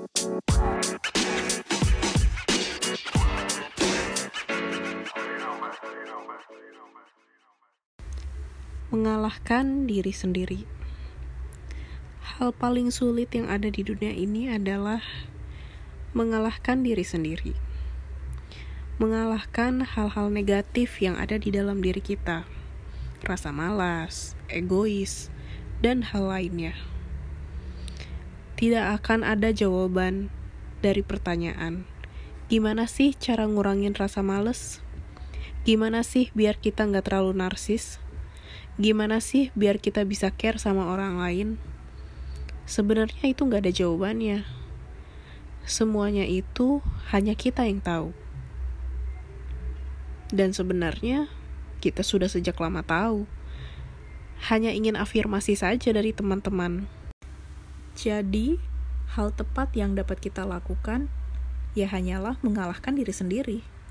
Mengalahkan diri sendiri. Hal paling sulit yang ada di dunia ini adalah mengalahkan diri sendiri. Mengalahkan hal-hal negatif yang ada di dalam diri kita. Rasa malas, egois, dan hal lainnya. Tidak akan ada jawaban dari pertanyaan, gimana sih cara ngurangin rasa males? Gimana sih biar kita gak terlalu narsis? Gimana sih biar kita bisa care sama orang lain? Sebenarnya itu gak ada jawabannya. Semuanya itu hanya kita yang tahu. Dan sebenarnya kita sudah sejak lama tahu. Hanya ingin afirmasi saja dari teman-teman. Jadi, hal tepat yang dapat kita lakukan ya hanyalah mengalahkan diri sendiri.